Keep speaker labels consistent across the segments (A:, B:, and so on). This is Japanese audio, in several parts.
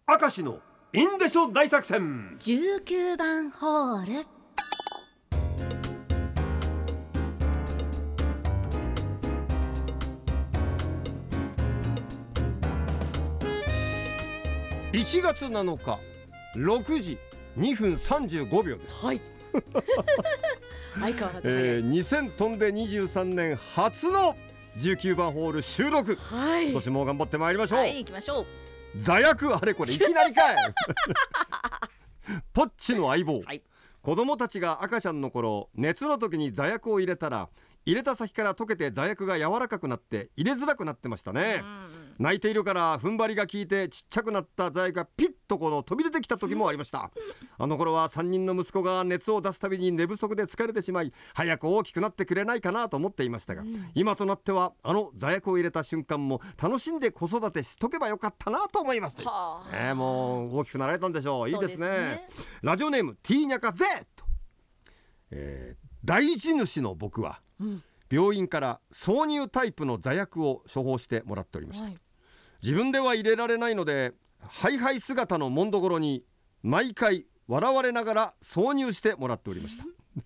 A: 明石のインデショ大作戦
B: 19番ホール。
A: 1月7日6時2分35秒です。
B: はい相変わらず早い、
A: 2000飛んで23年初の19番ホール収録、
B: はい、
A: 今年も頑張ってまいりましょう。
B: はい、行きましょう。
A: 座薬あれこれいきなりかいポッチの相棒、
B: はい、
A: 子供たちが赤ちゃんの頃熱の時に座薬を入れたら入れた先から溶けて座薬が柔らかくなって入れづらくなってましたね。泣いているから踏ん張りが効いてちっちゃくなった座薬がピッと飛び出てきた時もありましたあの頃は3人の息子が熱を出すたびに寝不足で疲れてしまい早く大きくなってくれないかなと思っていましたが、今となってはあの座薬を入れた瞬間も楽しんで子育てしとけばよかったなと思います。もう大きくなられたんでしょう。いいですね。ラジオネーム T ニャカ Z、大事主の僕は、病院から挿入タイプの座薬を処方してもらっておりました、自分では入れられないのでハイハイ姿のもんどころに毎回笑われながら挿入してもらっておりました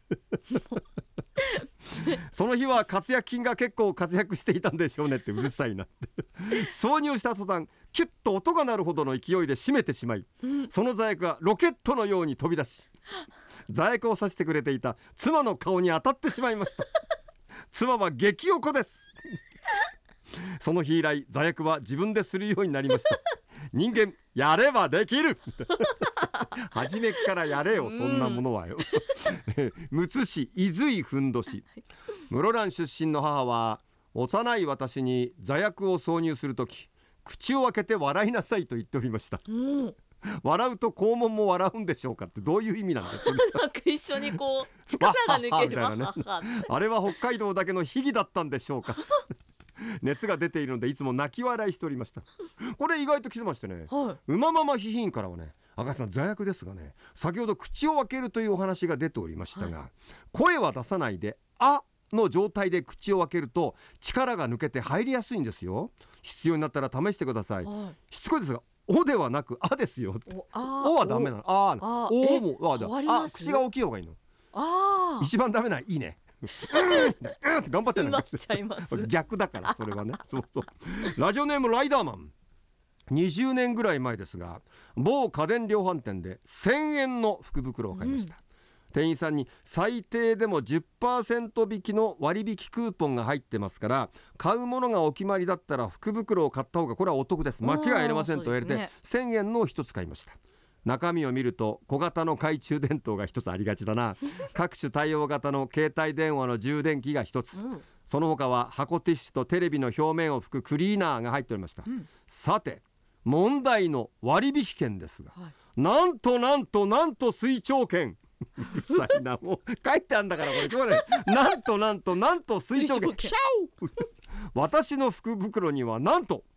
A: その日は活躍筋が結構活躍していたんでしょうねってうるさいなって挿入した途端キュッと音が鳴るほどの勢いで締めてしまい、その座薬がロケットのように飛び出し座薬をさしてくれていた妻の顔に当たってしまいました妻は激おこですその日以来座薬は自分でするようになりました人間やればできる初めっからやれよそんなものはよむつ市伊豆井ふんどし、室蘭出身の母は幼い私に座薬を挿入するとき口を開けて笑いなさいと言っておりました、笑うと肛門も笑うんでしょうかってどういう意味なんですか
B: なんか一緒に力が抜ける
A: ね、あれは北海道だけの秘技だったんでしょうか熱が出ているのでいつも泣き笑いしておりましたこれ意外と来てましてね、うまままひひんからはね、赤さん座薬ですがね、先ほど口を開けるというお話が出ておりましたが、声は出さないであの状態で口を開けると力が抜けて入りやすいんですよ。必要になったら試してください、しつこいですがおではなくあですよ。おはダメなの。おも口が大きい方がいいの。一番ダメないいね頑張ってね。逆だからそれはねそうラジオネームライダーマン、20年ぐらい前ですが某家電量販店で1000円の福袋を買いました、店員さんに最低でも 10% 引きの割引クーポンが入ってますから買うものがお決まりだったら福袋を買った方がこれはお得です、間違いありませんと言われて、1000円のを一つ買いました。中身を見ると小型の懐中電灯が一つありがちだな各種対応型の携帯電話の充電器が一つ、その他は箱ティッシュとテレビの表面を拭くクリーナーが入っておりました、さて問題の割引券ですが、なんと水長券うるさいな、もう書いてあるんだからこれ今日ねなんと水長券私の福袋にはなんと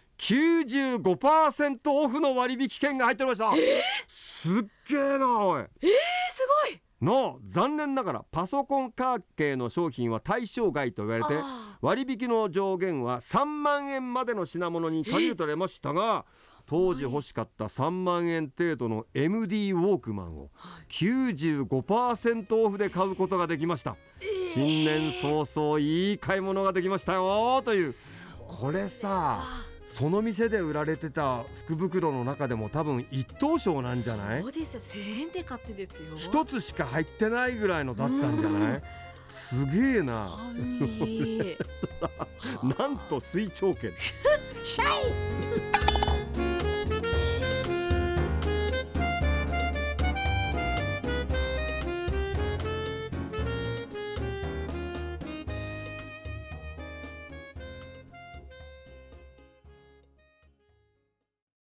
A: 95% オフの割引券が入っておりました、すっげーなおい、
B: すごい
A: の残念ながらパソコン関係の商品は対象外と言われて割引の上限は3万円までの品物に限るとれましたが、当時欲しかった3万円程度の MD ウォークマンを 95% オフで買うことができました、新年早々いい買い物ができましたよという。これさその店で売られてた福袋の中でも多分一等賞なんじゃない？
B: そうですよ、1000円で買ってですよ、
A: 一つしか入ってないぐらいのだったんじゃない？すげえななんと水長券シャオ